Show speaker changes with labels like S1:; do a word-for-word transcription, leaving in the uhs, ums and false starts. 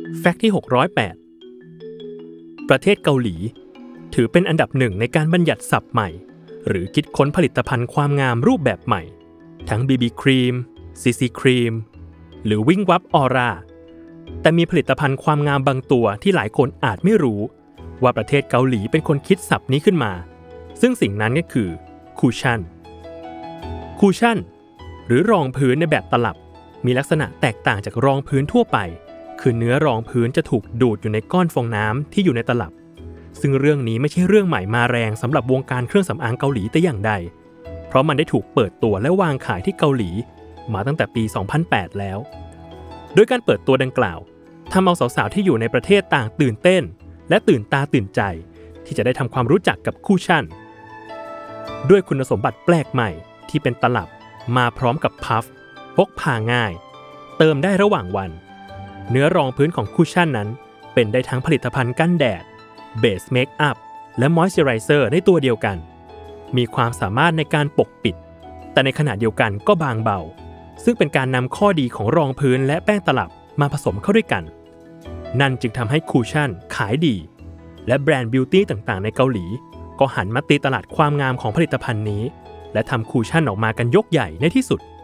S1: แฟกต์ที่หกร้อยแปดประเทศเกาหลีถือเป็นอันดับหนึ่งในการบัญญัติศัพท์ใหม่หรือคิดค้นผลิตภัณฑ์ความงามรูปแบบใหม่ทั้ง บี บี ครีม ซี ซี ครีมหรือวิ่งวับออร่าแต่มีผลิตภัณฑ์ความงามบางตัวที่หลายคนอาจไม่รู้ว่าประเทศเกาหลีเป็นคนคิดศัพท์นี้ขึ้นมาซึ่งสิ่งนั้นก็คือคูชั่นคูชั่นหรือรองพื้นในแบบตลับมีลักษณะแตกต่างจากรองพื้นทั่วไปคือเนื้อรองพื้นจะถูกดูดอยู่ในก้อนฟองน้ำที่อยู่ในตลับซึ่งเรื่องนี้ไม่ใช่เรื่องใหม่มาแรงสำหรับวงการเครื่องสำอางเกาหลีแต่อย่างใดเพราะมันได้ถูกเปิดตัวและวางขายที่เกาหลีมาตั้งแต่ปี สองพันแปด แล้วโดยการเปิดตัวดังกล่าวทำเอาสาวๆที่อยู่ในประเทศต่างตื่นเต้นและตื่นตาตื่นใจที่จะได้ทำความรู้จักกับคูชั่นด้วยคุณสมบัติแปลกใหม่ที่เป็นตลับมาพร้อมกับพัฟพกพาง่ายเติมได้ระหว่างวันเนื้อรองพื้นของคูชั่นนั้นเป็นได้ทั้งผลิตภัณฑ์กันแดดเบสเมคอัพและมอยส์เจอไรเซอร์ในตัวเดียวกันมีความสามารถในการปกปิดแต่ในขณะเดียวกันก็บางเบาซึ่งเป็นการนำข้อดีของรองพื้นและแป้งตลับมาผสมเข้าด้วยกันนั่นจึงทำให้คูชั่นขายดีและแบรนด์บิวตี้ต่างๆในเกาหลีก็หันมาตีตลาดความงามของผลิตภัณฑ์นี้และทำคูชั่นออกมากันยกใหญ่ในที่สุด